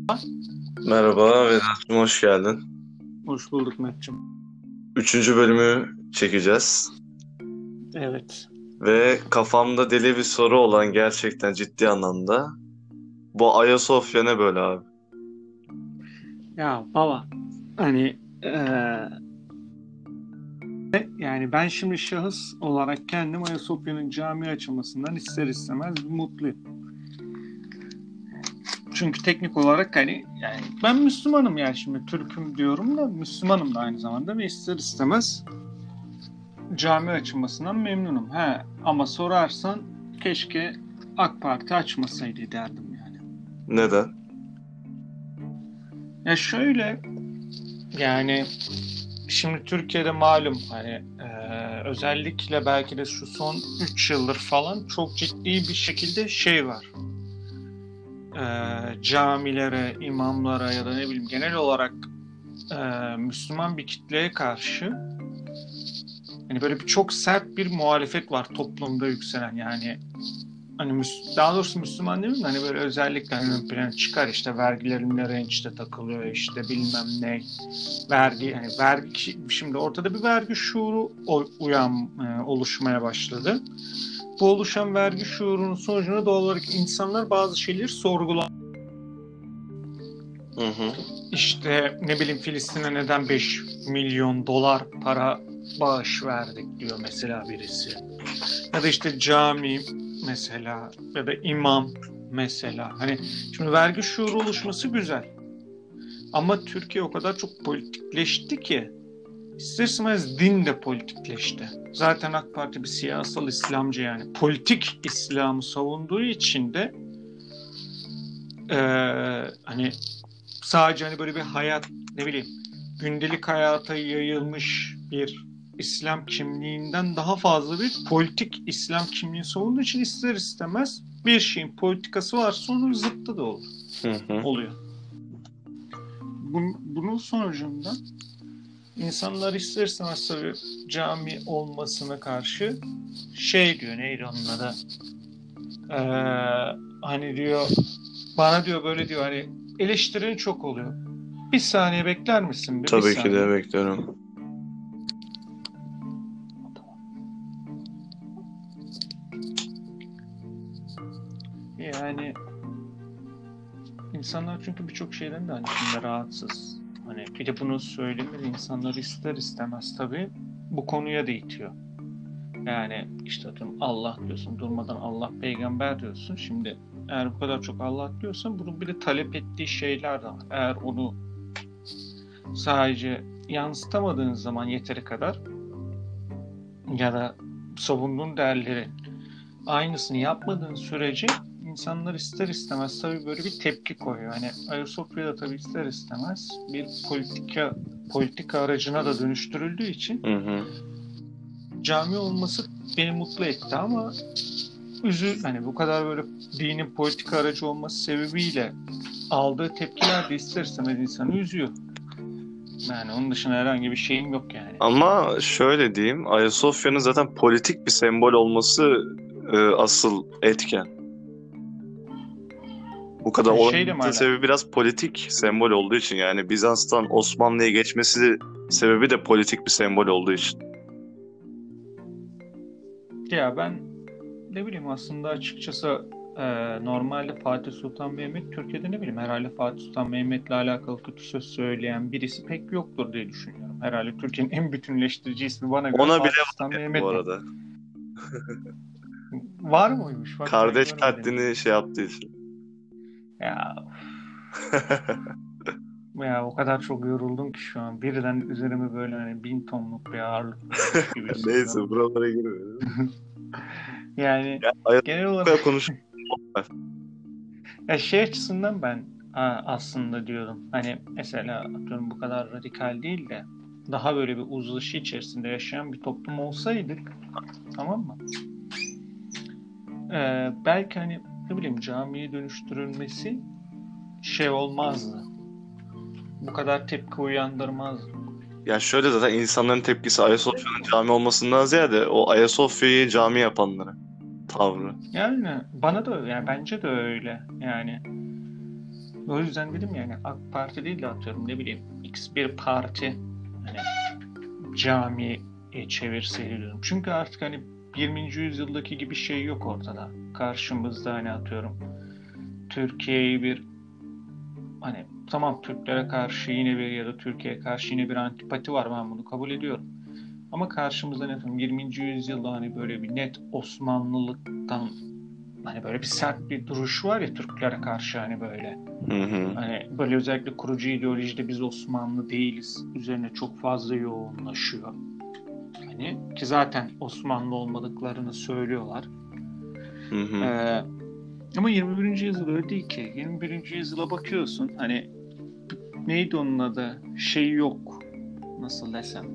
Merhaba Vedat'cığım, hoş geldin. Hoş bulduk Mert'cim. Üçüncü bölümü çekeceğiz. Evet. Ve kafamda deli bir soru olan, gerçekten ciddi anlamda. Bu Ayasofya ne böyle abi? Ya baba hani yani ben şimdi şahıs olarak kendim Ayasofya'nın cami açılmasından ister istemez mutluyum. Çünkü teknik olarak hani yani ben Müslümanım, yani şimdi Türk'üm diyorum da Müslümanım da aynı zamanda ve ister istemez cami açılmasından memnunum. Ama sorarsan keşke AK Parti açmasaydı derdim yani. Neden? Ya şöyle, yani şimdi Türkiye'de malum hani özellikle belki de şu son 3 yıldır falan çok ciddi bir şekilde şey var. Camilere, imamlara ya da ne bileyim genel olarak Müslüman bir kitleye karşı hani böyle bir çok sert bir muhalefet var toplumda yükselen, yani hani daha doğrusu Müslüman değil mi? Hani böyle özellikle hani ön plana çıkar, işte vergilerimle rencide takılıyor, işte bilmem ne vergi, hani vergi, şimdi ortada bir vergi şuuru oluşmaya başladı. Bu oluşan vergi şuurunun sonucunda doğal olarak insanlar bazı şeyleri sorgular. Hı hı. İşte ne bileyim, Filistin'e neden 5 milyon dolar para bağış verdik diyor mesela birisi. Ya da işte cami mesela, ya da imam mesela. Hani şimdi vergi şuuru oluşması güzel. Ama Türkiye o kadar çok politikleşti ki ister istemez din de politikleşti. Zaten AK Parti bir siyasal İslamcı, yani politik İslam'ı savunduğu için de hani sadece hani böyle bir hayat, ne bileyim, gündelik hayata yayılmış bir İslam kimliğinden daha fazla bir politik İslam kimliği savunduğu için ister istemez bir şeyin politikası varsa onun zıttı da olur, Hı hı. oluyor. Bunun sonucunda insanlar ister istemez tabii cami olmasına karşı şey diyor, neydi onun adı? Hani diyor, bana diyor böyle diyor, hani eleştirin çok oluyor. Bir saniye bekler misin bir Tabii ki de saniye. bekliyorum. Yani insanlar çünkü birçok şeyden de hani şimdi rahatsız. Hani bir de bunu söylemeli insanlar ister istemez tabii bu konuya da itiyor. Yani işte atıyorum Allah diyorsun, durmadan Allah peygamber diyorsun. Şimdi eğer bu kadar çok Allah diyorsan bunun bir de talep ettiği şeyler de var. Eğer onu sadece yansıtamadığın zaman yeteri kadar, ya da savunduğun değerleri aynısını yapmadığın sürece insanlar ister istemez tabii böyle bir tepki koyuyor. Hani Ayasofya'da tabii ister istemez bir politika aracına da dönüştürüldüğü için Hı hı. cami olması beni mutlu etti, ama hani bu kadar böyle dinin politika aracı olması sebebiyle aldığı tepkiler de ister istemez insanı üzüyor. Yani onun dışında herhangi bir şeyim yok yani. Ama şöyle diyeyim, Ayasofya'nın zaten politik bir sembol olması asıl etken. Bu kadar Yani şey de mi olmasının hala? sebebi biraz politik sembol olduğu için. Yani Bizans'tan Osmanlı'ya geçmesi sebebi de politik bir sembol olduğu için. Ya ben ne bileyim, aslında açıkçası normalde Fatih Sultan Mehmet Türkiye'de, ne bileyim, herhalde Fatih Sultan Mehmet'le alakalı kötü söz söyleyen birisi pek yoktur diye düşünüyorum. Herhalde Türkiye'nin en bütünleştirici ismi bana göre Ona bile Fatih var Sultan yani bu Mehmet yani. arada. Var mıymış? Bak ben Kardeş görmedim. katlini şey yaptığı için. Ya, ya o kadar çok yoruldum ki şu an. Birden üzerime böyle hani 1.000 tonluk bir ağırlık binmiş gibi Neyse, hissediyorum. buralara girmeyelim. Yani Ya genel bu olarak kadar konuşuyorlar. ya şey açısından ben aslında diyorum, hani mesela atıyorum bu kadar radikal değil de daha böyle bir uzlaşı içerisinde yaşayan bir toplum olsaydık, tamam mı? Belki hani ne bileyim camiye dönüştürülmesi şey olmazdı. Bu kadar tepki uyandırmazdı. Ya şöyle, zaten insanların tepkisi Ayasofya'nın cami olmasından ziyade o Ayasofya'yı cami yapanlara tavrı. Yani bana da yani bence de öyle. Yani O yüzden dedim yani AK Parti değil de atıyorum ne bileyim X bir parti hani camiye çevirseydi diyorum. Çünkü artık hani 20. yüzyıldaki gibi şey yok ortada. Karşımızda hani atıyorum Türkiye'yi bir hani tamam Türklere karşı yine bir ya da Türkiye'ye karşı yine bir antipati var, ben bunu kabul ediyorum. Ama karşımızda ne diyeyim 20. yüzyılda hani böyle bir net Osmanlılıktan hani böyle bir sert bir duruş var ya Türklere karşı hani böyle. Hı hı. Hani böyle özellikle kurucu ideolojide biz Osmanlı değiliz. Üzerine çok fazla yoğunlaşıyor. Hani ki zaten Osmanlı olmadıklarını söylüyorlar. Hı hı. Ee, ama 21. yüzyıl öyle değil ki. 21. yüzyıla bakıyorsun hani neydi onun adı? Şey yok. Nasıl desem.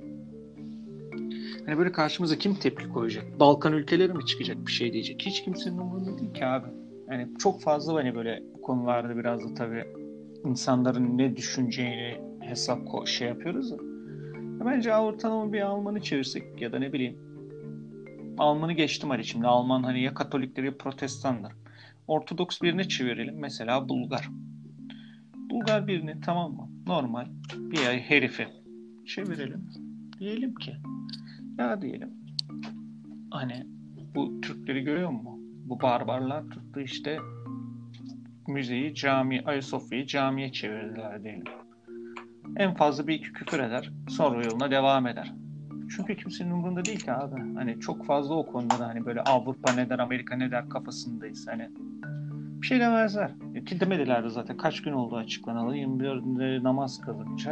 Hani böyle karşımıza kim tepki koyacak? Balkan ülkeleri mi çıkacak bir şey diyecek? Hiç kimsenin umurunda değil ki abi. Yani çok fazla hani böyle bu konularda biraz da tabii insanların ne düşüneceğini şey yapıyoruz da. Bence ortalama bir Alman'ı çevirsek ya da ne bileyim Alman'ı geçtim hadi şimdi. Alman hani ya Katolikler ya Protestanlar. Ortodoks birine çevirelim. Mesela Bulgar. Bulgar birini tamam mı? Normal bir ay herifi çevirelim. Diyelim ki ya diyelim hani bu Türkleri görüyor mu? Bu barbarlar tuttu işte müzeyi cami, Ayasofya'yı camiye çevirdiler diyelim. En fazla bir iki küfür eder. Sonra yoluna devam eder. Çünkü kimsenin umurunda değil ki abi. Hani çok fazla o konuda da hani böyle Avrupa ne der, Amerika ne der kafasındayız. Hani bir şey demezler. Ki demediler de zaten. Kaç gün oldu açıklanalı. 24'ünde namaz kılınacak.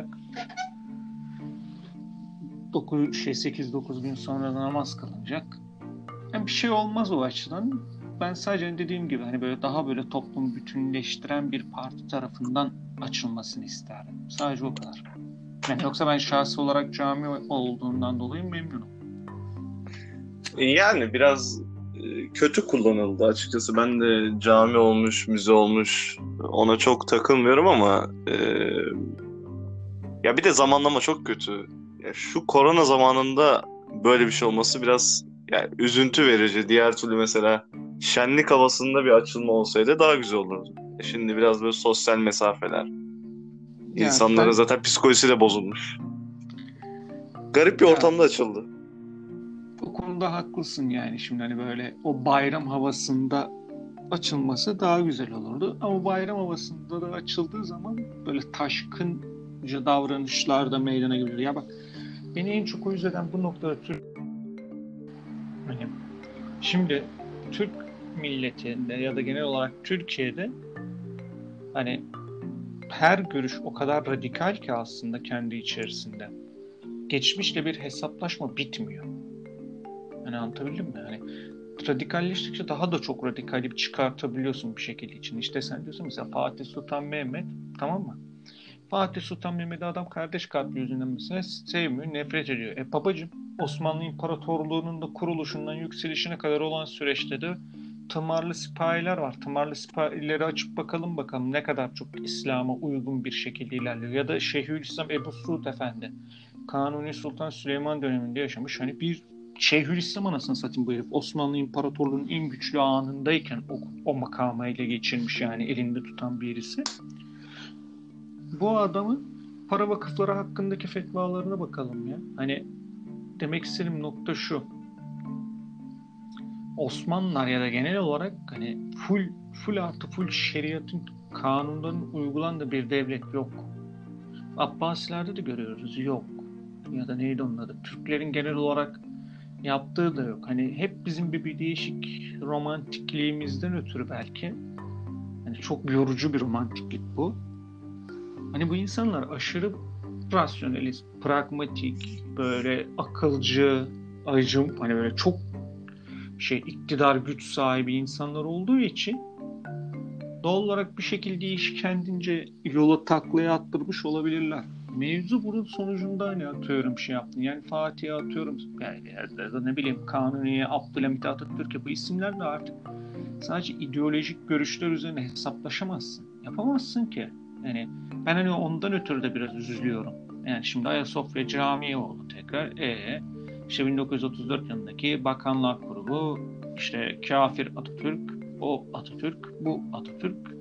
8-9 gün sonra da namaz kılınacak. Yani bir şey olmaz o açıdan. Ben sadece dediğim gibi hani böyle daha böyle toplumu bütünleştiren bir parti tarafından açılmasını isterdim. Sadece o kadar. Yani yoksa ben şahsi olarak cami olduğundan dolayı memnunum. Yani biraz kötü kullanıldı açıkçası. Ben de cami olmuş, müze olmuş ona çok takılmıyorum ama ya bir de zamanlama çok kötü. Ya şu korona zamanında böyle bir şey olması biraz yani üzüntü verici. Diğer türlü mesela şenlik havasında bir açılma olsaydı daha güzel olurdu. Şimdi biraz böyle sosyal mesafeler. Ya İnsanların ben zaten psikolojisi de bozulmuş. Garip bir ya ortamda açıldı. bu konuda haklısın yani şimdi hani böyle o bayram havasında açılması daha güzel olurdu. Ama bayram havasında da açıldığı zaman böyle taşkınca davranışlar da meydana geliyor. Ya bak beni en çok o yüzden bu noktada hani şimdi Türk milletinde ya da genel olarak Türkiye'de hani her görüş o kadar radikal ki aslında kendi içerisinde. Geçmişle bir hesaplaşma bitmiyor. Hani anlatabildim mi? Hani radikalleştikçe daha da çok radikali çıkartabiliyorsun bir şekilde için. İşte sen diyorsun mesela Fatih Sultan Mehmet tamam mı? Fatih Sultan Mehmet'i adam kardeş katli yüzünden mesela sevmiyor, nefret ediyor. Babacım Osmanlı İmparatorluğu'nun da kuruluşundan yükselişine kadar olan süreçte de tımarlı sipahiler var. Tımarlı sipahileri açıp bakalım ne kadar çok İslam'a uygun bir şekilde ilerliyor. Ya da Şeyhülislam Ebu Suud Efendi. Kanuni Sultan Süleyman döneminde yaşamış. Hani bir Şeyhülislam anasını satayım bu herif. Osmanlı İmparatorluğu'nun en güçlü anındayken o makama ele geçirmiş yani elinde tutan birisi. Bu adamın para vakıfları hakkındaki fetvalarına bakalım ya. Hani demek istediğim nokta şu. Osmanlılar ya da genel olarak hani full şeriatın kanunların uygulandığı bir devlet yok. Abbasilerde de görüyoruz yok. Ya da neydi onun adı? Türklerin genel olarak yaptığı da yok. Hani hep bizim bir değişik romantikliğimizden ötürü belki. Hani çok yorucu bir romantiklik bu. Hani bu insanlar aşırı rasyonelist, pragmatik, böyle akılcı, acım hani böyle çok iktidar güç sahibi insanlar olduğu için doğal olarak bir şekilde iş kendince yola taklaya attırmış olabilirler. Mevzu bunun sonucunda hani atıyorum yaptın. Yani Fatih'e atıyorum yani ya da ne bileyim Kanuni'ye, Abdülhamit'e, Atatürk'e bu isimlerle artık sadece ideolojik görüşler üzerine hesaplaşamazsın. Yapamazsın ki. Yani ben hani ondan ötürü de biraz üzülüyorum. Yani şimdi Ayasofya Camii oldu tekrar. İşte 1934 yılındaki Bakanlar Kurulu işte kafir Atatürk, o Atatürk, bu Atatürk.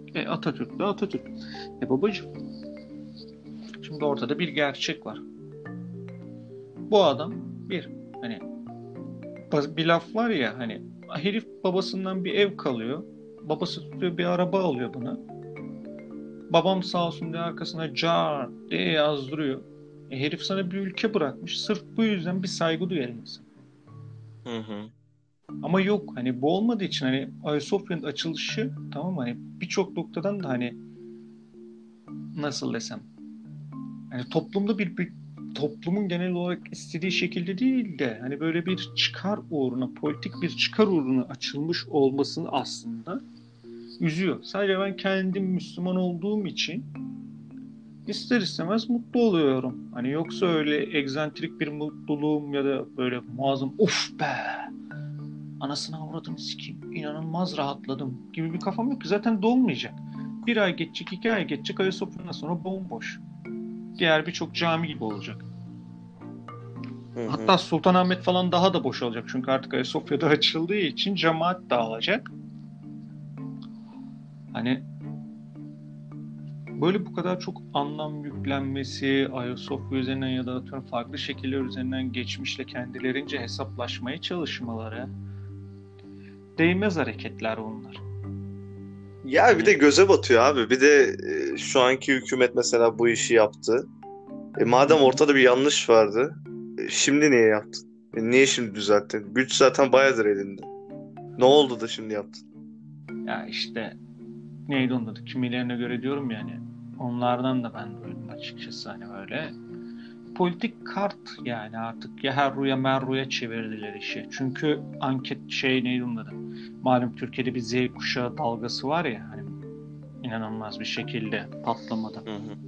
Atatürk de Atatürk. Babacığım, şimdi ortada bir gerçek var. Bu adam hani bir laf var ya, hani herif babasından bir ev kalıyor. Babası tutuyor bir araba alıyor buna. Babam sağ olsun diye arkasına car diye yazdırıyor. Herif sana bir ülke bırakmış. Sırf bu yüzden bir saygı duyar insan. Hı hı. Ama yok, hani bu olmadığı için hani Ayasofya'nın açılışı, tamam mı? Hani birçok noktadan da hani nasıl desem, hani toplumda bir toplumun genel olarak istediği şekilde değil de hani böyle bir çıkar uğruna, politik bir çıkar uğruna açılmış olmasını aslında üzüyor. Sadece ben kendim Müslüman olduğum için ister istemez mutlu oluyorum. Hani yoksa öyle egzantrik bir mutluluğum ya da böyle muazzam of be, anasını avradını sikeyim, inanılmaz rahatladım gibi bir kafam yok ki. Zaten dolmayacak. Bir ay geçecek, 2 ay geçecek, Ayasofya'dan sonra bomboş. Diğer birçok cami gibi olacak. Hı hı. Hatta Sultanahmet falan daha da boş olacak. Çünkü artık Ayasofya'da açıldığı için cemaat dağılacak. Hani böyle bu kadar çok anlam yüklenmesi, Ayasofya üzerinden ya da farklı şekiller üzerinden geçmişle kendilerince hesaplaşmaya çalışmaları, değmez hareketler bunlar. Ya bir de Hani göze batıyor abi. Bir de şu anki hükümet mesela bu işi yaptı. hı Madem hı. ortada bir yanlış vardı, şimdi niye yaptın? Niye şimdi düzelttin? Güç zaten bayağıdır elinde. Ne oldu da şimdi yaptın? Ya işte neydi onun adı? Kimilerine göre diyorum yani. Onlardan da ben duydum açıkçası, hani böyle politik kart yani, artık ya herruya merruya çevirdiler işi. Çünkü anket neydi onun adı? Malum Türkiye'de bir Z kuşağı dalgası var ya, hani inanılmaz bir şekilde patlamadı. Hı hı.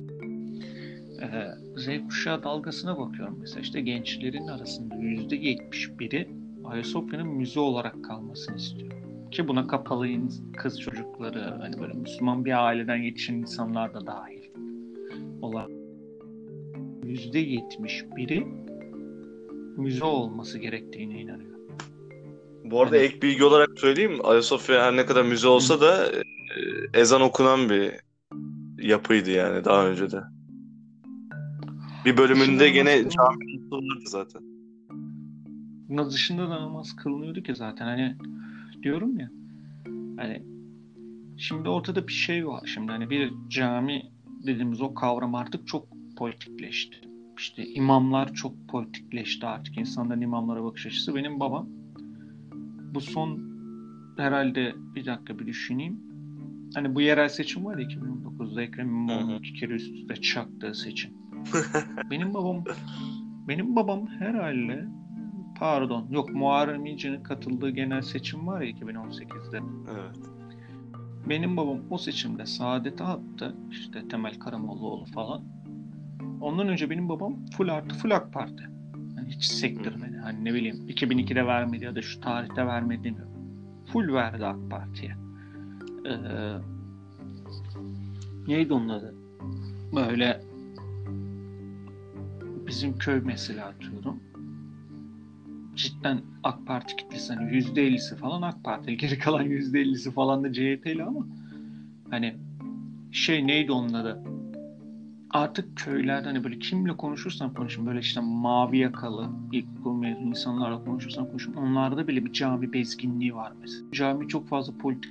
Z kuşağı dalgasına bakıyorum mesela, işte gençlerin arasında %71'i Ayasofya'nın müze olarak kalmasını istiyor. Ki buna kapalı kız çocukları, hani böyle Müslüman bir aileden yetişen insanlar da dahil olan %71'i müze olması gerektiğine inanıyor. Bu arada Hani ek bilgi olarak söyleyeyim. Ayasofya her ne kadar müze hı, olsa da ezan okunan bir yapıydı yani daha önce de. Bir dışında bölümünde namaz gene kılın, cami yapılırdı zaten. dışında da namaz kılınıyordu ki zaten, hani diyorum ya, hani şimdi ortada bir şey var. Şimdi hani bir cami dediğimiz o kavram artık çok politikleşti. İşte imamlar çok politikleşti artık. İnsanların imamlara bakış açısı. Benim babam bu son, herhalde bir dakika bir düşüneyim. Hani bu yerel seçim var ya, 2019'da Ekrem Hı hı. İmamoğlu'nun 2 kere üst üste çaktığı seçim. Benim babam benim babam herhalde, pardon yok, Muharrem İnce'nin katıldığı genel seçim var ya 2018'de. Evet. Benim babam o seçimde Saadet'e attı. İşte Temel Karamollaoğlu falan. Ondan önce benim babam full artı full AK Parti. Yani hiç Hı hı. sektirmedi. Hani ne bileyim 2002'de vermedi ya da şu tarihte vermedi demiyorum. Full verdi AK Parti'ye. Ee, neydi onun adı? Böyle bizim köy mesela, atıyorum. Cidden AK Parti kitlesi hani %50'si falan AK Partili. Geri kalan %50'si falan da CHP'li ama hani neydi onun adı? Artık köylerde hani böyle kimle konuşursan konuşun, böyle işte mavi yakalı ilkokul mezunu insanlarla konuşursan konuşun, onlarda bile bir cami bezginliği var mesela. Cami çok fazla politik.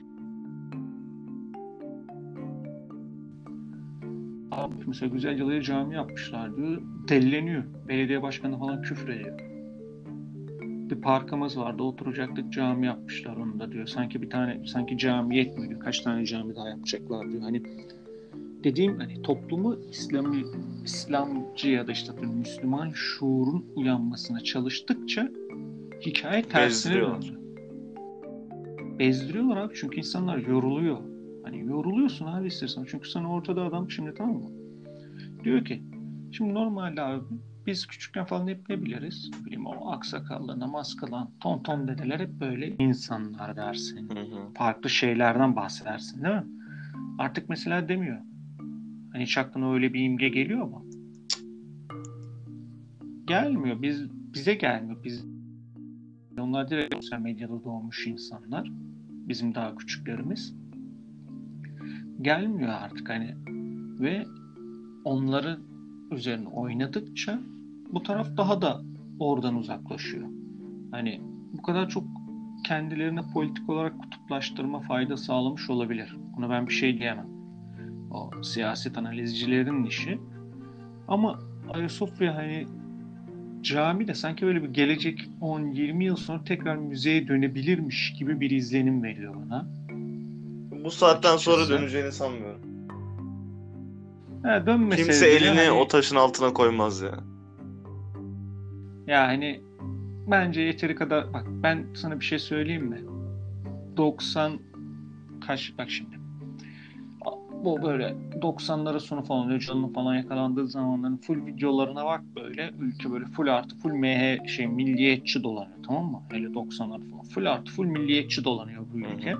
Abi mesela Güzelce'ye cami yapmışlar diyor. Delleniyor. Belediye başkanı falan küfür ediyor. Bir parkımız vardı, oturacaktık, cami yapmışlar onu da diyor. Sanki cami yetmiyor. Kaç tane cami daha yapacaklar diyor. Hani dediğim, hani toplumu İslamcı ya da işte Müslüman şuurun uyanmasına çalıştıkça hikaye tersine Bezdiriyorlar. döndü. Bezdiriyorlar abi, çünkü insanlar yoruluyor. Hani yoruluyorsun abi istersen. Çünkü sana ortada adam şimdi, tamam mı? Diyor ki şimdi normalde abi biz küçükken falan hep ne biliriz? Bileyim, o aksakallı, namaz kılan, ton ton dedeler hep böyle insanlar dersin. Hı hı. Farklı şeylerden bahsedersin değil mi? Artık mesela demiyor. Hani hiç aklına öyle bir imge geliyor mu? Gelmiyor. Bize gelmiyor. Onlar direkt sosyal medyada doğmuş insanlar. Bizim daha küçüklerimiz. gelmiyor artık hani ve onların üzerine oynadıkça bu taraf daha da oradan uzaklaşıyor. Hani bu kadar çok kendilerine politik olarak kutuplaştırma fayda sağlamış olabilir. Buna ben bir şey diyemem. O siyaset analizcilerin işi. Ama Ayasofya hani cami de sanki böyle bir gelecek 10-20 yıl sonra tekrar müzeye dönebilirmiş gibi bir izlenim veriyor bana Bu saatten sonra açıkçası. döneceğini sanmıyorum. Ha, Kimse dönmese bile elini o hani taşın altına koymaz ya. yani bence yeteri kadar bak ben sana bir şey söyleyeyim mi? 90 kaç bak şimdi. Bu böyle 90'lara sonu falan Öcalan'ın falan yakalandığı zamanların full videolarına bak böyle ülke böyle full artı full milliyetçi dolanıyor tamam mı? Hele 90'lar falan full artı full milliyetçi dolanıyor bu Hı ülke. hı.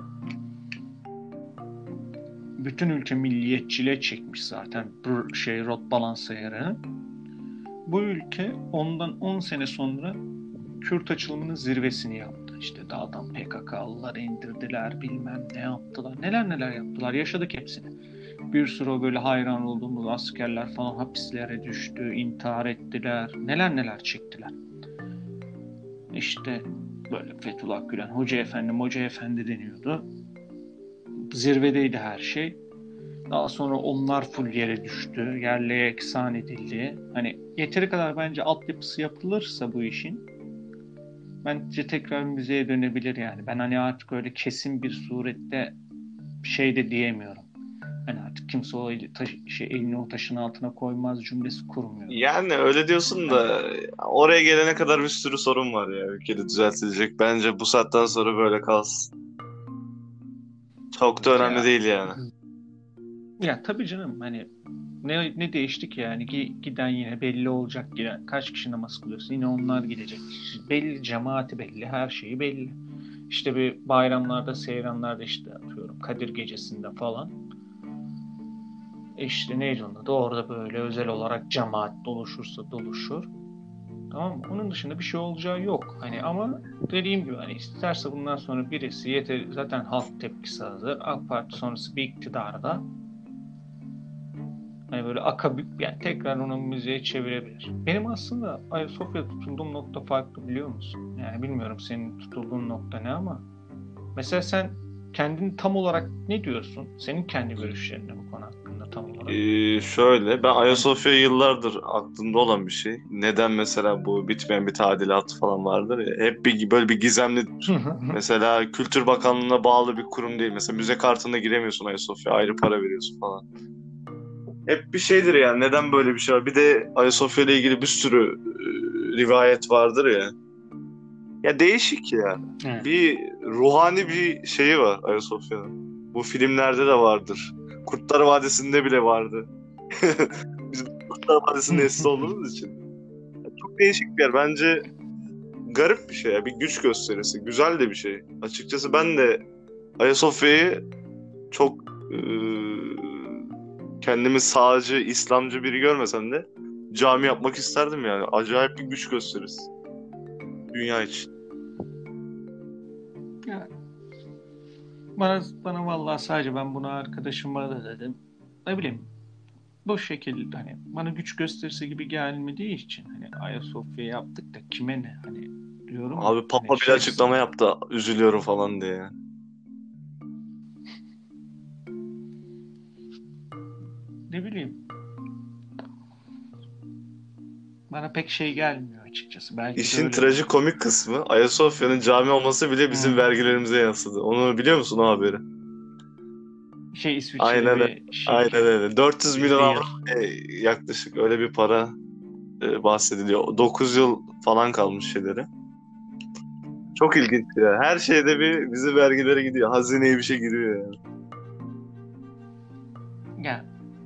Bütün ülke milliyetçiliğe çekmiş zaten bu rot balans ayarını. Bu ülke ondan 10 sene sonra Kürt açılımının zirvesini yaptı. İşte dağdan PKK'lıları indirdiler, bilmem ne yaptılar. Neler neler yaptılar. Yaşadık hepsini. Bir sürü o böyle hayran olduğumuz askerler falan hapislere düştü, intihar ettiler. Neler neler çektiler. İşte böyle Fethullah Gülen, Hoca Efendi deniyordu. Zirvedeydi her şey. Daha sonra onlar full yere düştü. Yerle yeksan edildi. Hani yeteri kadar bence altyapısı yapılırsa bu işin bence tekrar müzeye dönebilir yani. Ben hani artık öyle kesin bir surette şey de diyemiyorum. Hani artık kimse o elini o taşın altına koymaz cümlesi kurmuyorum. Yani öyle diyorsun Hani da oraya gelene kadar bir sürü sorun var ya ülkede düzeltilecek. Bence bu saatten sonra böyle kalsın. Çok da önemli ya değil yani. ya tabii canım hani ne değişti ki yani giden yine belli olacak giden kaç kişi namaz kılıyorsa yine onlar gidecek. Belli cemaati belli her şeyi belli. İşte bir bayramlarda seyranlarda işte atıyorum Kadir Gecesi'nde falan işte neydi onun adı orada böyle özel olarak cemaat doluşursa doluşur. Tamam mı? Onun dışında bir şey olacağı yok. Hani ama dediğim gibi hani isterse bundan sonra birisi zaten halk tepkisi hazır. AK Parti sonrası bir iktidarda hani böyle akabük yani tekrar onu müziğe çevirebilir. Benim aslında Ayasofya'da tutulduğum nokta farklı biliyor musun? Yani bilmiyorum senin tutulduğun nokta ne ama mesela sen kendini tam olarak ne diyorsun? Senin kendi görüşlerin ne bu konu hakkında tam olarak? Şöyle ben Hani Ayasofya yıllardır aklımda olan bir şey. neden mesela bu bitmeyen bir tadilat falan vardır ya. Hep böyle bir gizemlidir. Mesela Kültür Bakanlığı'na bağlı bir kurum değil. Mesela müze kartına giremiyorsun Ayasofya. Ayrı para veriyorsun falan. Hep bir şeydir yani. Neden böyle bir şey var? Bir de Ayasofya ile ilgili bir sürü rivayet vardır ya. Ya değişik ya. Evet. Bir ruhani bir şeyi var Ayasofya'nın. Bu filmlerde de vardır. Kurtlar Vadisi'nde bile vardı. Biz Kurtlar Vadisi'nin nesli olduğumuz için. Çok değişik bir yer. Bence garip bir şey ya. Bir güç gösterisi. Güzel de bir şey. Açıkçası ben de Ayasofya'yı çok kendimi sağcı, İslamcı biri görmesem de cami yapmak isterdim yani. Acayip bir güç gösterisi. Dünya için. Ya, bana vallahi sadece ben bunu arkadaşıma da dedim. Ne bileyim bu şekilde hani bana güç gösterisi gibi gelmediği için hani Ayasofya yaptık da kime ne hani diyorum ya Abi hani Papa bile şey açıklama açısından yaptı. Üzülüyorum falan diye. ne bileyim bana pek şey gelmiyor açıkçası. Belki de İşin öyledir. trajikomik kısmı Ayasofya'nın cami olması bile bizim Hı. vergilerimize yansıdı. Onu biliyor musun o haberi? İsviçre'de Aynen öyle. bir Aynen şirket öyle. 400 milyon %100. avro yaklaşık öyle bir para bahsediliyor. 9 yıl falan kalmış şeyleri. Çok ilginç ya. Her şeyde bir bizim vergilere gidiyor. Hazineye bir şey giriyor yani. Yani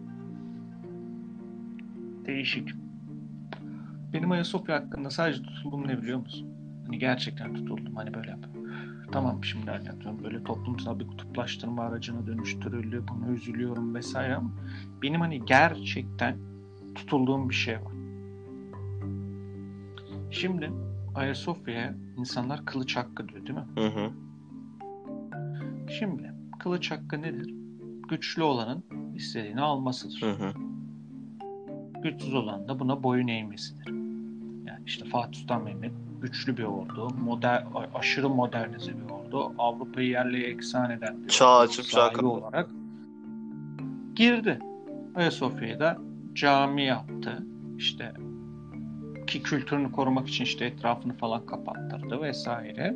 değişik. Benim Ayasofya hakkında sadece tutulduğum ne biliyor musun? Hani gerçekten tutuldum hani böyle tamam şimdi anlatıyorum böyle toplumsal bir kutuplaştırma aracına dönüştürüldü buna üzülüyorum vesaire ama benim hani gerçekten tutulduğum bir şey var. Şimdi Ayasofya'ya insanlar kılıç hakkı diyor değil mi? Hı hı. Şimdi kılıç hakkı nedir? güçlü olanın istediğini almasıdır. Hı hı. Güçsüz olan da buna boyun eğmesidir. Yani işte Fatih Sultan Mehmet güçlü bir ordu, aşırı modernize bir ordu, Avrupa'yı yerle eksan eden bir Çağ ordu açıp çağ sahibi kapat. olarak girdi. Ayasofya'yı da cami yaptı. İşte ki kültürünü korumak için işte etrafını falan kapattırdı vesaire.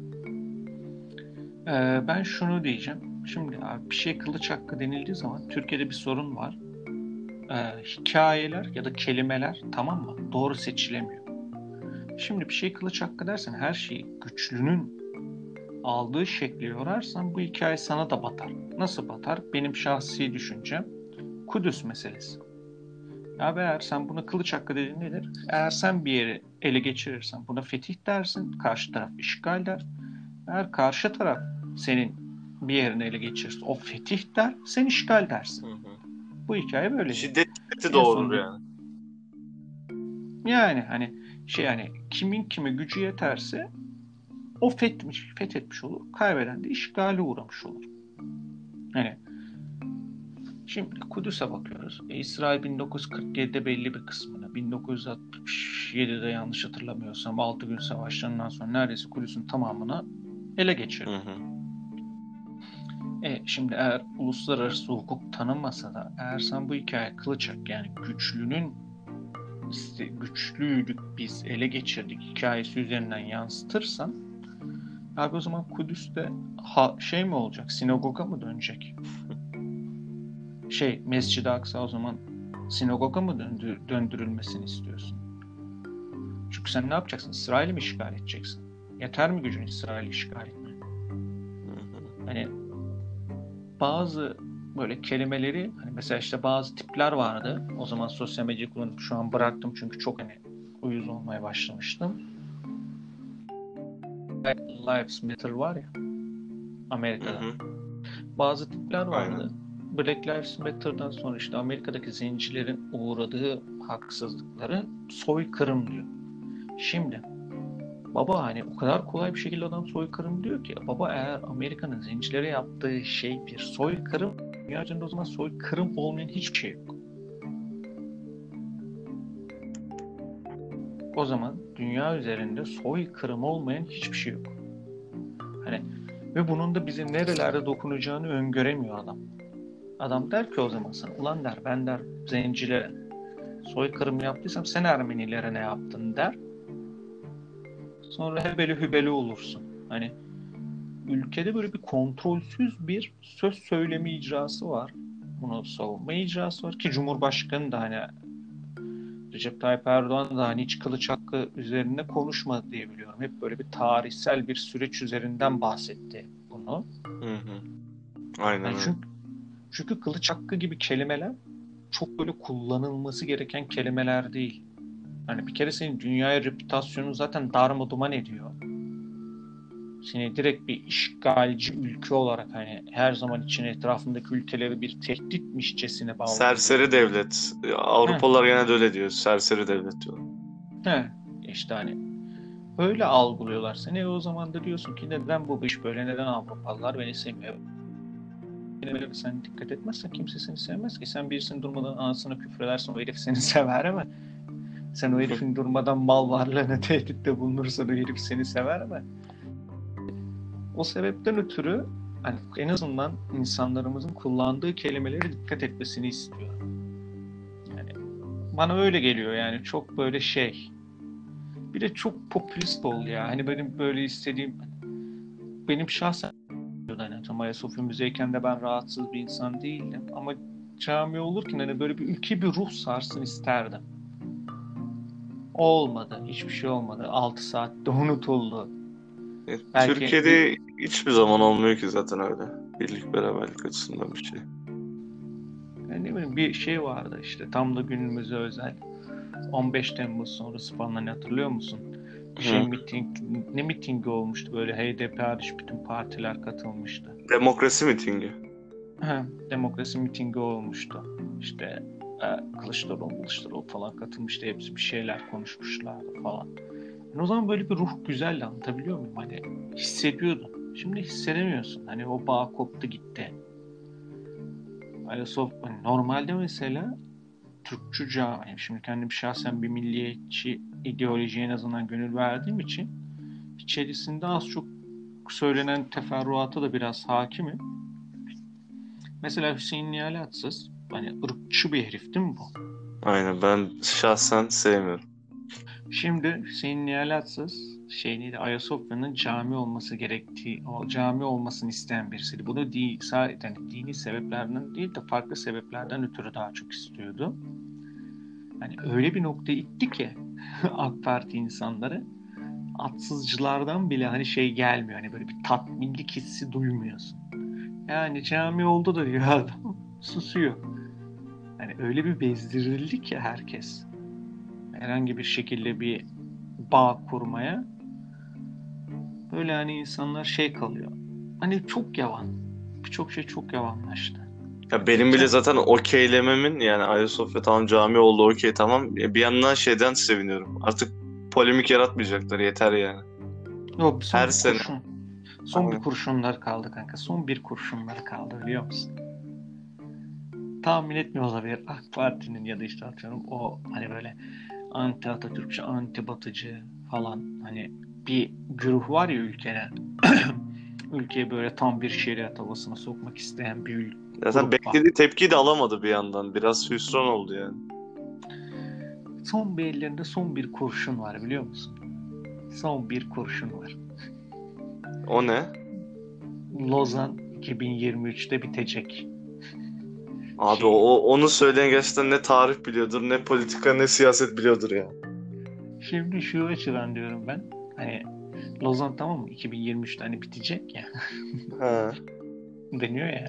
Ben şunu diyeceğim. Şimdi abi bir şey kılıç hakkı denildiği zaman Türkiye'de bir sorun var. Hikayeler ya da kelimeler, tamam mı, doğru seçilemiyor. Şimdi bir şey kılıç hakkı dersen her şeyi güçlünün aldığı şekli yorarsan bu hikaye sana da batar. Nasıl batar? Benim şahsi düşüncem Kudüs meselesi. Ya eğer sen buna kılıç hakkı dediğin nedir? Eğer sen bir yeri ele geçirirsen buna fetih dersin. Karşı taraf işgal der. Eğer karşı taraf senin bir yerini ele geçirirse o fetih der. Sen işgal dersin. Hı hı. Bu hikaye böyledir. Şiddet şiddeti En doğurur sonunda yani. yani hani hani kimin kime gücü yeterse o fethetmiş olur. Kaybeden de işgale uğramış olur. Hani şimdi Kudüs'e bakıyoruz. İsrail 1947'de belli bir kısmını, 1967'de yanlış hatırlamıyorsam 6 gün savaşlarından sonra neredeyse Kudüs'ün tamamını ele geçirdi. Hı hı. Şimdi eğer uluslararası hukuk tanınmasa da eğer sen bu hikaye kılıç yani güçlünün güçlüydük biz ele geçirdik hikayesi üzerinden yansıtırsan abi o zaman Kudüs'te şey mi olacak? Sinagoga mı dönecek? Mescid-i Aksa o zaman sinagoga mı döndürülmesini istiyorsun? Çünkü sen ne yapacaksın? İsrail'i mi işgal edeceksin? Yeter mi gücün İsrail'i işgal etmeye? Hani bazı böyle kelimeleri hani mesela işte bazı tipler vardı. O zaman sosyal medya kullanıp şu an bıraktım çünkü çok hani uyuz olmaya başlamıştım. Black Lives Matter var ya Hı Amerika'da. hı. Bazı tipler Aynen. vardı. Black Lives Matter'dan sonra işte Amerika'daki zencilerin uğradığı haksızlıkları soykırım diyor. Şimdi baba hani o kadar kolay bir şekilde adam soykırım diyor ki baba eğer Amerika'nın zencilere yaptığı şey bir soykırım dünya üzerinde o zaman soykırım olmayan hiçbir şey yok. O zaman dünya üzerinde soykırım olmayan hiçbir şey yok. Hani ve bunun da bize nerelerde dokunacağını öngöremiyor adam. Adam der ki o zaman sana ulan der ben der zencilere soykırım yaptıysam sen Ermenilere ne yaptın der. Sonra hebeli hübeli olursun. Hani ülkede böyle bir kontrolsüz bir söz söyleme icrası var. Bunu savunma icrası var ki Cumhurbaşkanı da hani Recep Tayyip Erdoğan da hani hiç kılıç hakkı üzerine konuşmadı diye biliyorum. Hep böyle bir tarihsel bir süreç üzerinden bahsetti bunu. Hı hı. Aynen Yani öyle. çünkü kılıç hakkı gibi kelimeler çok böyle kullanılması gereken kelimeler değil. Hani bir kere senin dünyaya reputasyonu zaten darmaduman ediyor. Seni direkt bir işgalci ülke olarak hani her zaman için etrafındaki ülkeleri bir tehditmişçesine algılıyor. Serseri devlet. Heh, Avrupalılar genelde öyle diyor. Serseri devlet diyor. heh. İşte hani öyle algılıyorlar seni. O zaman da diyorsun ki neden bu iş böyle, neden Avrupalılar beni sevmiyor? Kelimeleri sen dikkat etmezsen kimse seni sevmez ki. Sen birisinin durmadan anasına küfredersin o herif seni sever ama sen o herifin durmadan mal varlığına tehditte bulunursan o herif seni sever ama o sebepten ötürü hani en azından insanlarımızın kullandığı kelimelere dikkat etmesini istiyorum. Yani bana öyle geliyor yani çok böyle bir de çok popülist oldu ya. Hani benim böyle istediğim benim şahsen hani tam Ayasofya Müzeyken de ben rahatsız bir insan değildim ama cami olurken hani böyle bir ülke bir ruh sarsın isterdim. O olmadı. Hiçbir şey olmadı. 6 saatte unutuldu. Belki bir Türkiye'de hiçbir zaman olmuyor ki zaten öyle. Birlik beraberlik açısından bir şey. yani ne bileyim bir şey vardı işte tam da günümüze özel. 15 Temmuz sonrası falan hani hatırlıyor musun? Bir Hı. ne mitingi olmuştu böyle HDP hariç bütün partiler katılmıştı. Demokrasi mitingi. Demokrasi mitingi olmuştu. İşte Kılıçdaroğlu falan katılmıştı. Hepsi bir şeyler konuşmuşlardı falan. Yani o zaman böyle bir ruh güzeldi anlatabiliyor muyum? Hani hissediyordun. Şimdi hissedemiyorsun. Hani o bağ koptu gitti. Ayasofya hani normalde mesela Türkçü cami, yani şimdi kendim şahsen bir milliyetçi ideolojiye en azından gönül verdiğim için içerisinde az çok söylenen teferruata da biraz hakimim. Mesela Hüseyin Nihalatsız hani ırkçı bir herif değil mi bu? Aynen, ben şahsen sevmiyorum. Şimdi Hüseyin Nihalatsız şey neydi, Ayasofya'nın cami olması gerektiği, o cami olmasını isteyen birisiydi. Bunu yani dini sebeplerden değil de farklı sebeplerden ötürü daha çok istiyordu. Hani öyle bir noktaya itti ki AK Parti insanları, atsızcılardan bile hani şey gelmiyor. Hani böyle bir tatminlik hissi duymuyorsun. Yani cami oldu da diyor adam. Susuyor. Hani öyle bir bezdirildi ki herkes. Herhangi bir şekilde bir bağ kurmaya. Böyle hani insanlar şey kalıyor. Hani çok yavan. Birçok şey çok yavanlaştı. Ya benim bile zaten okeylememin, yani Ayasofya tamam cami oldu, okey tamam. Bir yandan şeyden seviniyorum. Artık polemik yaratmayacaklar, yeter yani. Yok, son Her bir sene. kurşun. Son bir Aynen. kurşunlar kaldı kanka. Son bir kurşunları kaldı, biliyor musun? Tahmin etmiyor olabilir AK Parti'nin ya da işte atıyorum o hani böyle anti Atatürkçü, anti Batıcı falan hani bir güruh var ya ülkede. Ülkeyi böyle tam bir şeriat havasına sokmak isteyen bir Zaten grup var. beklediği tepkiyi de alamadı bir yandan. Biraz hüsran oldu yani. Son bir ellerinde son bir kurşun var, biliyor musun? Son bir kurşun var. O ne? Lozan 2023'te bitecek. Abi Şey, onu söyleyen gerçekten ne tarih biliyordur, ne politika, ne siyaset biliyordur ya. şimdi şu açıdan diyorum ben. Hani Lozan tamam mı? 2023'te hani bitecek ya Ha. deniyor ya.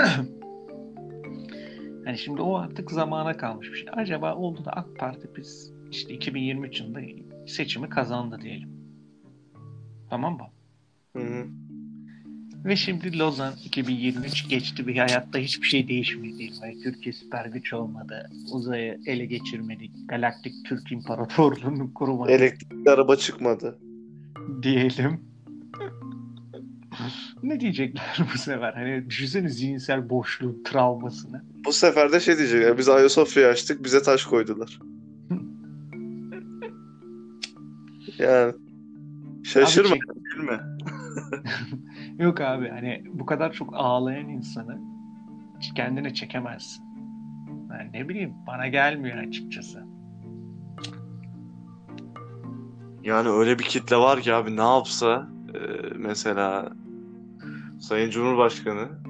Hani şimdi o artık zamana kalmış bir şey. Acaba oldu da AK Parti biz işte 2023 yılında seçimi kazandı diyelim. Tamam mı? Hı hı. Ve şimdi Lozan 2023 geçti bir hayatta hiçbir şey değişmedi. Yani Türkiye süper güç olmadı. Uzayı ele geçirmedik. Galaktik Türk İmparatorluğu'nu kurmadık Elektrikli araba çıkmadı. diyelim. Ne diyecekler bu sefer? Hani düşünsene zihinsel boşluğun travmasını. Bu sefer de şey diyecek ya, biz Ayasofya'yı açtık, bize taş koydular. Yani Abi şaşırma, çek. gülme. Yok abi, hani bu kadar çok ağlayan insanı kendine çekemezsin. Yani ne bileyim, bana gelmiyor açıkçası. Yani öyle bir kitle var ki abi, ne yapsa mesela Sayın Cumhurbaşkanı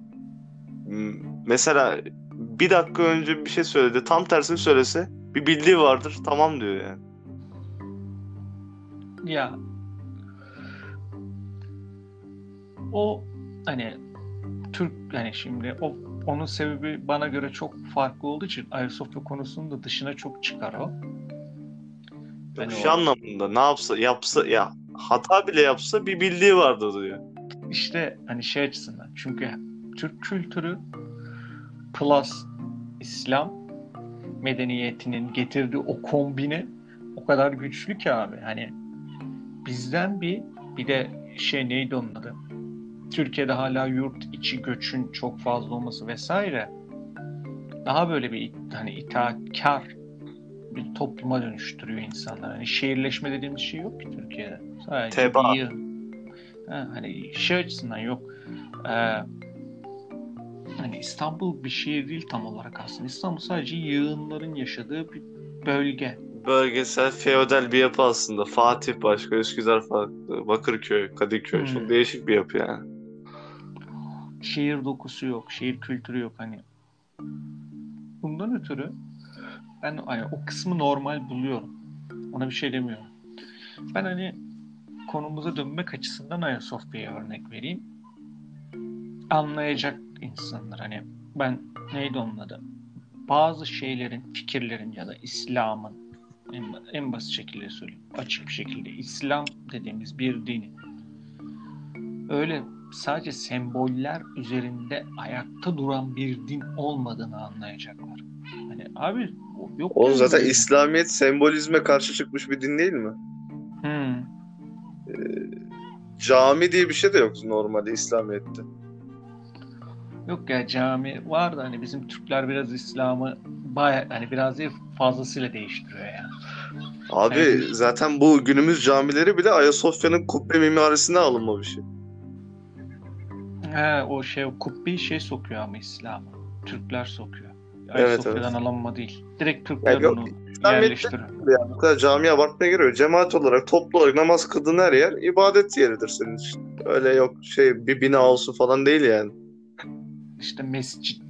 mesela bir dakika önce bir şey söyledi, tam tersini söylese bir bildiği vardır, tamam diyor yani. Ya o hani Türk, yani şimdi onun sebebi bana göre çok farklı olduğu için Ayasofya konusunun da dışına çok çıkar o. Yok, Hani şu o anlamında ne yapsa yapsa ya, hata bile yapsa bir bildiği vardır diyor. işte hani şey açısından, çünkü Türk kültürü plus İslam medeniyetinin getirdiği o kombine o kadar güçlü ki abi. Hani bizden bir de şey neydi onun adı? Türkiye'de hala yurt içi göçün çok fazla olması vesaire daha böyle bir hani itaatkar bir topluma dönüştürüyor insanlar. Hani şehirleşme dediğimiz şey yok ki Türkiye'de. Sadece bir Teba. hani şey açısından yok. Ee, Hani İstanbul bir şehir değil tam olarak aslında. İstanbul sadece yığınların yaşadığı bir bölge. Bölgesel feodal bir yapı aslında. Fatih başka, Üsküdar farklı, Bakırköy, Kadıköy. Çok Hmm. değişik bir yapı yani. Şehir dokusu yok, şehir kültürü yok hani. Bundan ötürü ben hani o kısmı normal buluyorum. Ona bir şey demiyorum. Ben hani konumuza dönmek açısından Ayasofya'ya örnek vereyim. Anlayacak insanlar hani, ben neydi onun adı? Bazı şeylerin, fikirlerin ya da İslam'ın en basit şekilde söyleyeyim. Açık bir şekilde İslam dediğimiz bir dinin öyle sadece semboller üzerinde ayakta duran bir din olmadığını anlayacaklar. Hani abi yok Onun yani zaten böyle bir. İslamiyet sembolizme karşı çıkmış bir din değil mi? Hmm. Cami diye bir şey de yok normalde İslamiyet'te. Yok ya, cami var da hani bizim Türkler biraz İslam'ı baya hani biraz değil fazlasıyla değiştiriyor ya. Hani Abi biz zaten bu günümüz camileri bile Ayasofya'nın kubbe mimarisine alınma bir şey. o şey kubbeyi şey sokuyor ama İslam'a. Türkler sokuyor. Evet, Ayasofya'dan evet. alınma değil. Direkt Ya Türkler yok, onu İslamiyet'te yerleştiriyor. yani bu kadar camiye abartmaya giriyor. Cemaat olarak, toplu olarak namaz kıldığın her yer ibadet yeridir senin için. Öyle yok şey bir bina olsun falan değil yani. İşte mescit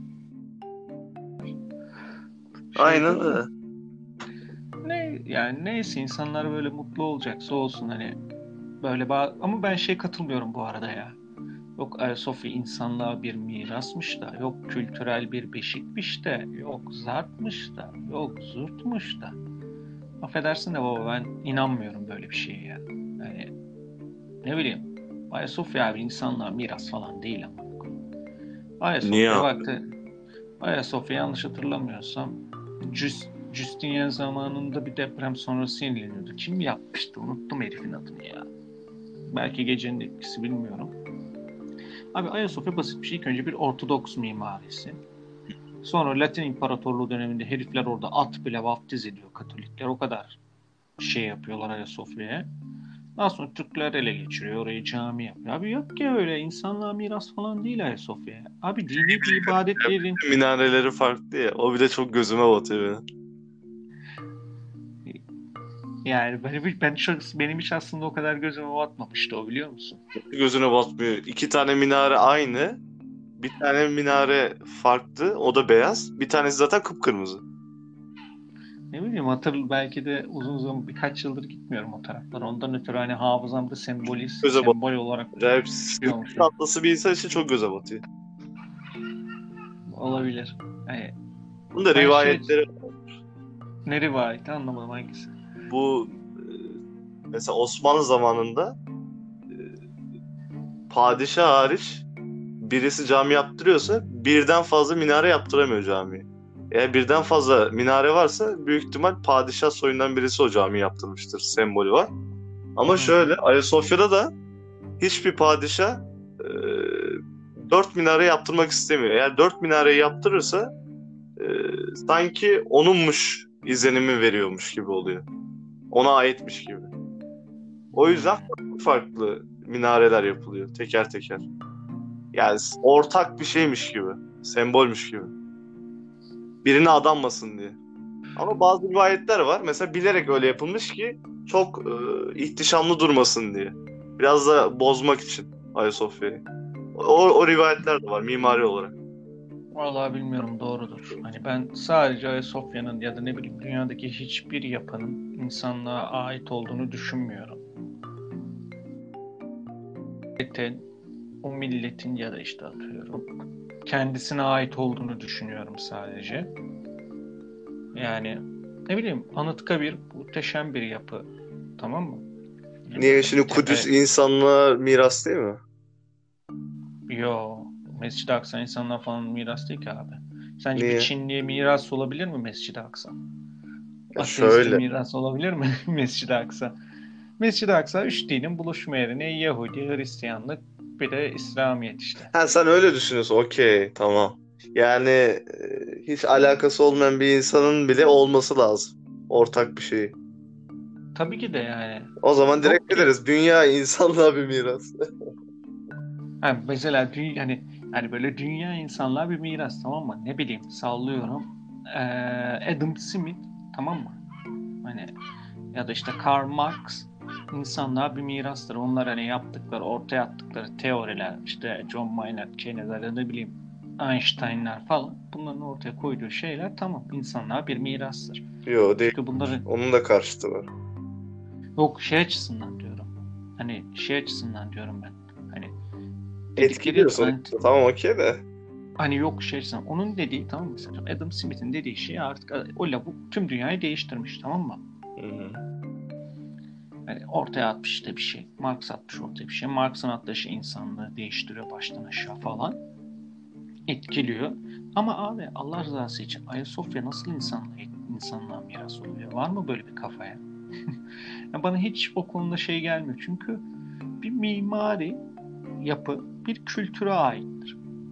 Aynen şeydir de. öyle. Ne yani, neyse, insanlar böyle mutlu olacaksa olsun hani, böyle ama ben şey katılmıyorum bu arada ya. Yok Ayasofya insanlığa bir mirasmış da, yok kültürel bir beşikmiş de, yok zartmış da, yok zurtmuş da. Affedersin de baba, ben inanmıyorum böyle bir şeye ya. Yani ne bileyim, Ayasofya abi insanlığa miras falan değil ama. Niye Ayasofya abi? vakti, Ayasofya yanlış hatırlamıyorsam Justinian zamanında bir deprem sonrası yenileniyordu. Kim yapmıştı? Unuttum herifin adını ya. Belki gecenin etkisi, bilmiyorum. Abi Ayasofya basit bir şey. İlk önce bir Ortodoks mimarisi. Sonra Latin İmparatorluğu döneminde herifler orada at bile vaftiz ediyor Katolikler. O kadar şey yapıyorlar Ayasofya'ya. Daha sonra Türkler ele geçiriyor. Orayı cami yapıyor. Abi yok ki öyle insanlığa miras falan değil Ayasofya. Abi dini bir ibadet yerin. Minareleri farklı ya. O bile çok gözüme batıyor benim. Yani benim hiç aslında o kadar gözüme batmamıştı o, biliyor musun? Gözüne batmıyor. İki tane minare aynı. Bir tane minare farklı. O da beyaz. Bir tanesi zaten kıpkırmızı. Ne bileyim, belki de uzun zaman birkaç yıldır gitmiyorum o taraflara. Ondan ötürü hani hafızamda Göze batıyor. sembol olarak Acayip tutuyormuş. sinir atlısı bir insan için çok göze batıyor. Olabilir. Yani Bunun da ben şey, rivayetleri ne rivayeti anlamadım hangisi. bu mesela Osmanlı zamanında padişah hariç birisi cami yaptırıyorsa birden fazla minare yaptıramıyor camiyi. Eğer birden fazla minare varsa büyük ihtimal padişah soyundan birisi o camiyi yaptırmıştır. Sembolü var. Ama Hı hı. şöyle Ayasofya'da da hiçbir padişah e, dört minare yaptırmak istemiyor. Eğer dört minareyi yaptırırsa e, sanki onunmuş izlenimi veriyormuş gibi oluyor. Ona aitmiş gibi. O yüzden Hmm. farklı farklı minareler yapılıyor teker teker. Yani ortak bir şeymiş gibi. Sembolmüş gibi. Birine adanmasın diye. Ama bazı rivayetler var. Mesela bilerek öyle yapılmış ki çok ihtişamlı durmasın diye. Biraz da bozmak için Ayasofya'yı. O rivayetler de var mimari olarak. Vallahi bilmiyorum, doğrudur. Hani ben sadece Ayasofya'nın ya da ne bileyim dünyadaki hiçbir yapının insanlığa ait olduğunu düşünmüyorum. O milletin ya da işte atıyorum kendisine ait olduğunu düşünüyorum sadece. Yani ne bileyim, Anıtkabir muhteşem bir yapı. Tamam mı? Yani Niye şimdi Kudüs tepe, insanlığa miras değil mi? yo, Mescid-i Aksa insanlar falan miras değil ki abi. Sence bir Niye? Çinliye miras olabilir mi Mescid-i Aksa? Ya Ateiste şöyle. miras olabilir mi Mescid-i Aksa? Mescid-i Aksa üç dinin buluşma yeri. Ne Yahudi, Hristiyanlık, bir de İslamiyet işte. Ha sen öyle düşünüyorsun. Okey, tamam. Yani hiç alakası olmayan bir insanın bile olması lazım. Ortak bir şey. Tabii ki de yani. O zaman Yok direkt ki. ederiz. Dünya insanlığa bir miras. Ha, mesela hani böyle dünya insanlığa bir miras, tamam mı? Ne bileyim, sallıyorum. Adam Smith, tamam mı? Hani ya da işte Karl Marx insanlığa bir mirastır. Onlar hani yaptıkları, ortaya attıkları teoriler, işte John Maynard Keynes'ler ya da ne bileyim Einstein'lar falan, bunların ortaya koyduğu şeyler tamam insanlığa bir mirastır. Yo değil. Çünkü bunları, Onun da karşıtı var. yok şey açısından diyorum. Hani şey açısından diyorum ben. Hani dedikleri Etkiliyor anti, sonuçta. Tamam, okey de. hani yok şey açısından. Onun dediği tamam mı? Mesela Adam Smith'in dediği şey artık o lavuk tüm dünyayı değiştirmiş, tamam mı? Hı hı. Yani ortaya atmış işte bir şey. Marx atmış ortaya bir şey. Marx'ın attığı şey insanlığı değiştiriyor baştan aşağı falan. Etkiliyor. Ama abi Allah rızası için Ayasofya nasıl insanlığa miras oluyor? Var mı böyle bir kafaya? Yani bana hiç o konuda şey gelmiyor. Çünkü bir mimari yapı bir kültüre aittir.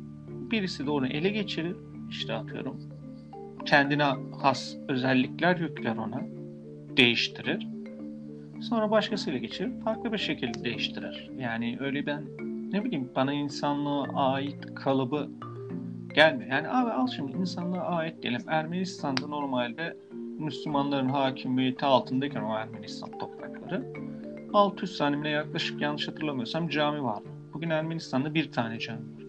Birisi de onu ele geçirir. İşte atıyorum. Kendine has özellikler yükler ona. Değiştirir. Sonra başkasıyla geçirir. Farklı bir şekilde değiştirir. Yani öyle ben ne bileyim bana insanlığa ait kalıbı gelmiyor. Yani abi al şimdi insanlığa ait diyelim. Ermenistan'da normalde Müslümanların hakimiyeti altındayken o Ermenistan toprakları 600 tane mi ne yaklaşık yanlış hatırlamıyorsam cami vardı. Bugün Ermenistan'da bir tane cami var.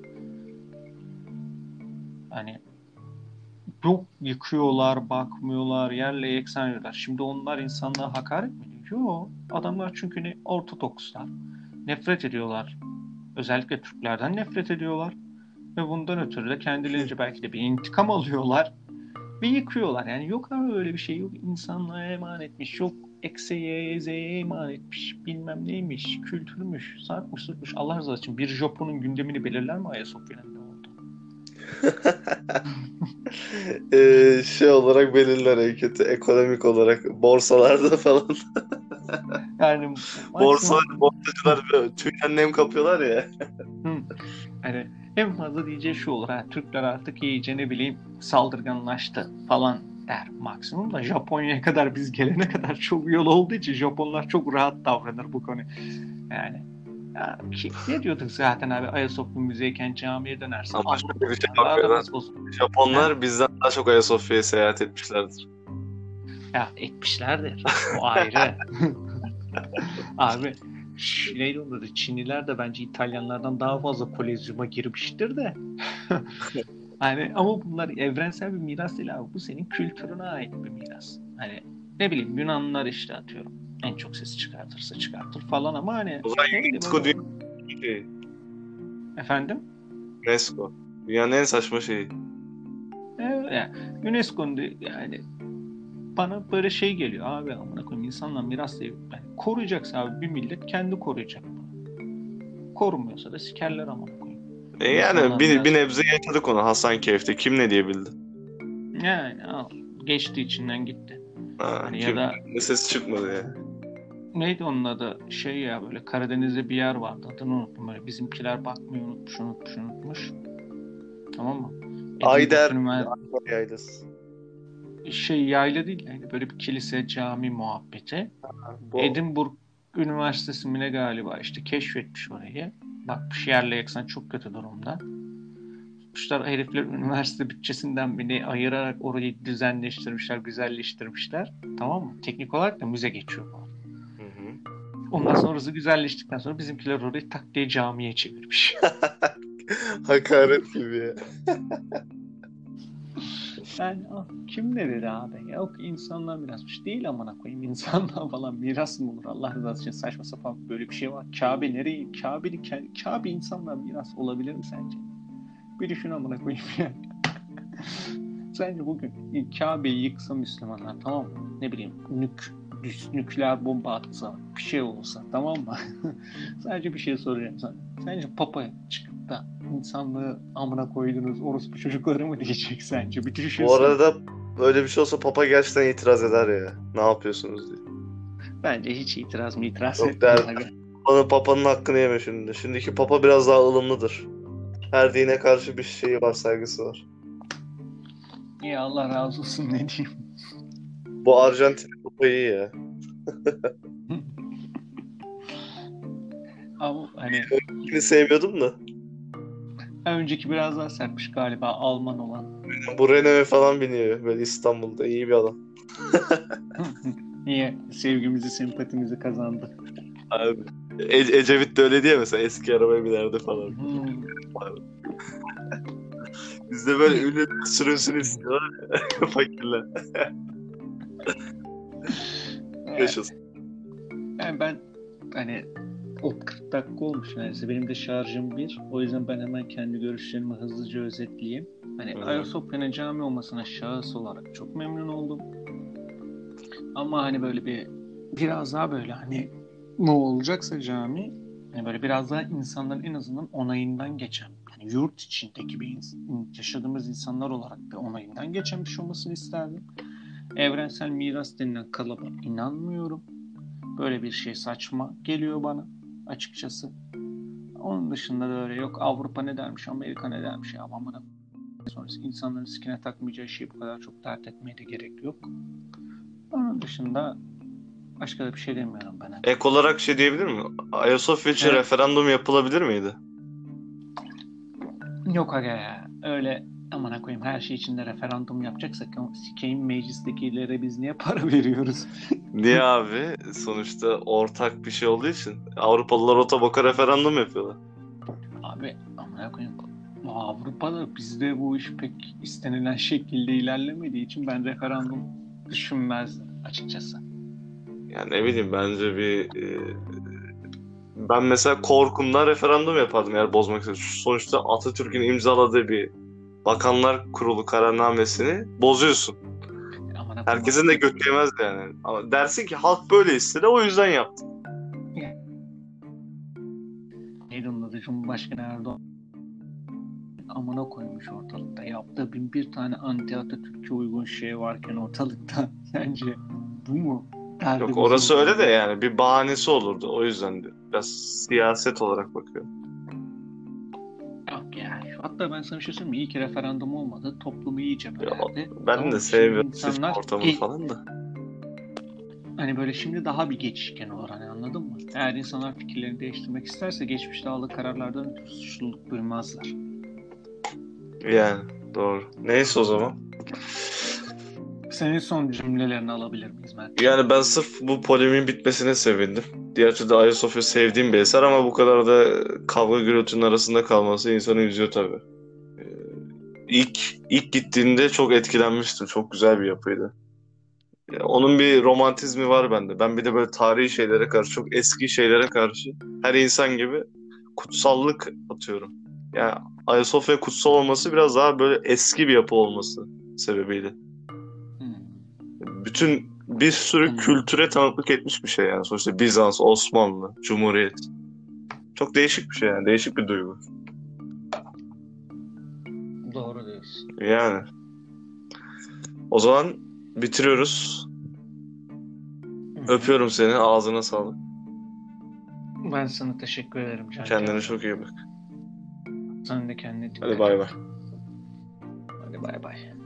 Hani yok yıkıyorlar, bakmıyorlar, yerle yeksan ediyorlar. Şimdi onlar insanlığa hakaret mi ediyor? Yok. Adamlar çünkü Ortodokslar. Nefret ediyorlar. Özellikle Türklerden nefret ediyorlar. Ve bundan ötürü de kendilerince belki de bir intikam alıyorlar. Ve yıkıyorlar. Yani yok abi öyle bir şey yok. İnsanlığa emanetmiş. Yok X'ye Z'ye emanetmiş. Bilmem neymiş. Kültürmüş. Sarkmış sırtmış. Allah razı olsun. Bir Japon'un gündemini belirler mi Ayasofya'nın ne oldu? Şey olarak belirler en kötü. Ekonomik olarak borsalarda falan. Yani Borsacılar böyle tüyden nem kapıyorlar ya. hani en fazla diyeceği şu olur. Ha, Türkler artık iyice ne bileyim saldırganlaştı falan der maksimum da Japonya'ya kadar biz gelene kadar çok yol olduğu için Japonlar çok rahat davranır bu konu. Yani ya, ne diyorduk zaten abi Ayasofya müzeyken camiye dönersin. Ama şöyle bir şey Daha da bakıyorlar. biz bozulur. Japonlar bizden daha çok Ayasofya'ya seyahat etmişlerdir. Ya etmişlerdir. O ayrı. Abi neydi onun adı? Çinliler de bence İtalyanlardan daha fazla Kolezyum'a girmiştir de. Hani ama bunlar evrensel bir miras değil abi. Bu senin kültürüne ait bir miras. Hani ne bileyim Yunanlılar işte atıyorum. En çok ses çıkartırsa çıkartır falan ama hani O zaman ne bileyim UNESCO öyle... şey. Efendim? UNESCO. Dünyanın en saçma şeyi. Evet, yani UNESCO'nun yani bana böyle şey geliyor abi amına koyayım insanlar miras değil. Yani koruyacaksa abi bir millet kendi koruyacak bunu. Korumuyorsa da sikerler amına koyayım. Yani İnsanlar bir miras nebze yaşadık onu Hasankeyf'te. Kim ne diyebildi? yani al, geçti içinden gitti. Ha, Hani ya kim? da Ne ses çıkmadı ya. neydi onun adı? Şey ya böyle Karadeniz'de bir yer vardı. Adını unuttum böyle. Bizimkiler bakmıyor unutmuş. Tamam mı? Ayder. Edinburgh Üniversitesi Yaydız. şey yayla değil yani böyle bir kilise cami muhabbeti. Bu Edinburgh Üniversitesi mi ne galiba işte keşfetmiş orayı. Bakmış yerle yaksan çok kötü durumda. Tutmuşlar herifler üniversite bütçesinden bile ayırarak orayı düzenleştirmişler, güzelleştirmişler. Tamam mı? Teknik olarak da müze geçiyor bu. Hı hı. Ondan sonrası güzelleştikten sonra bizimkiler orayı tak diye camiye çevirmiş. Hakaret gibi ya. Yani kim ne dedi abi? Yok insanlar mirasmış değil amına koyayım. İnsanlar falan miras mı olur? Allah rızası için saçma sapan böyle bir şey var. Kabe nereyi? Kabe insanlar miras olabilir mi sence? Bir düşün amına koyayım ya. Sence bugün Kabe'yi yıksa Müslümanlar tamam mı? Ne bileyim nükleer bomba atsa bir şey olsa tamam mı? Sadece bir şey soracağım sana. Sence Papa çıkıp da insanlığı amına koydunuz orospu çocukları mı diyecek sence? Bir Bu düşünsene. arada böyle bir şey olsa Papa gerçekten itiraz eder ya. Ne yapıyorsunuz diye. Bence hiç itiraz Yok der. etmez aga. Papa'nın hakkını yeme şimdi. Şimdiki Papa biraz daha ılımlıdır. Her dine karşı bir şeyi var, saygısı var. İyi Allah razı olsun ne diyeyim. Bu Arjantin Papa iyi ya. Ama hani Kimi sevmiyordum da. önceki biraz daha sertmiş galiba Alman olan. Bu Renault'e falan biniyor böyle İstanbul'da. İyi bir adam. Niye sevgimizi sempatimizi kazandı. Abi. Ecevit de öyle diye mesela eski arabaya binerdi falan. Bizde böyle ünlü sürünsün istiyorlar ya. Fakirler. Yaşasın. Yani ben hani o 40 dakika olmuş neredeyse. Benim de şarjım bir. O yüzden ben hemen kendi görüşlerimi hızlıca özetleyeyim. Hani Ayasofya'nın cami olmasına şahıs olarak çok memnun oldum. Ama hani böyle biraz daha böyle hani ne olacaksa cami hani böyle biraz daha insanların en azından onayından geçen yani yurt içindeki yaşadığımız insanlar olarak bir onayından geçen bir şey olmasını isterdim. Evrensel miras denilen kalıba inanmıyorum. Böyle bir şey saçma geliyor bana açıkçası. Onun dışında da öyle yok. Avrupa ne dermiş, Amerika ne dermiş ya. Aman sonrası insanların sikine takmayacağı şeyi bu kadar çok dert etmeye de gerek yok. Onun dışında başka da bir şey demiyorum ben. Ek olarak şey diyebilir miyim? Ayasofya için Evet. referandum yapılabilir miydi? Yok aga ya. Öyle amına koyayım her şey için de referandum yapacaksak sikeyim meclistekilere biz niye para veriyoruz? Niye abi? Sonuçta ortak bir şey olduğu için. Avrupalılar otobaka referandum yapıyorlar. Abi amına koyayım. Avrupa'da bizde bu iş pek istenilen şekilde ilerlemediği için ben referandum düşünmezdim açıkçası. Yani ne bileyim bence ben mesela korkumdan referandum yapardım eğer bozmak istedim. Sonuçta Atatürk'ün imzaladığı bir Bakanlar Kurulu kararnamesini bozuyorsun. Amına koyayım Herkesin de Atatürk göt yemez yani. Ama dersin ki halk böyle istedi o yüzden yaptı. neydi onun adı Cumhurbaşkanı Erdoğan amına koymuş ortalıkta. Yaptığı bin bir tane anti Atatürk'e uygun şey varken ortalıkta sence bu mu Yok derdimiz orası öyle de olurdu? yani bir bahanesi olurdu. O yüzden de biraz siyaset olarak bakıyorum. Yok ya. Hatta ben sana bir şey söyleyeyim mi? İyi ki referandum olmadı. Toplumu iyice Ya, bölerdi. ben Tamam de mı? Şimdi sevmiyorum seçim insanlar ortamını falan da. hani böyle şimdi daha bir geçişken olur hani anladın mı? Eğer insanlar fikirlerini değiştirmek isterse geçmişte aldığı kararlardan ötürü suçluluk duymazlar. Yani doğru. Neyse o zaman. Senin son cümlelerini alabilir miyiz Mert'ciğim? Yani ben sırf bu polemiğin bitmesine sevindim. Diğer türlü Ayasofya sevdiğim bir eser ama bu kadar da kavga gürültünün arasında kalması insanı üzüyor tabii. Ee, ilk gittiğinde çok etkilenmiştim. Çok güzel bir yapıydı. Onun bir romantizmi var bende. Ben bir de böyle tarihi şeylere karşı, çok eski şeylere karşı her insan gibi kutsallık atıyorum. Yani Ayasofya kutsal olması biraz daha böyle eski bir yapı olması sebebiyle. Hmm, Bütün bir sürü anladım. kültüre tanıklık etmiş bir şey yani. Sonuçta Bizans, Osmanlı, Cumhuriyet. Çok değişik bir şey yani. Değişik bir duygu. Doğru diyorsun. Yani. O zaman bitiriyoruz. Hı hı. Öpüyorum seni. Ağzına sağlık. Ben sana teşekkür ederim Kendine Cancağızım. çok iyi bak. Sen de kendine Hadi dikkat bay et. bay. Hadi bay bay.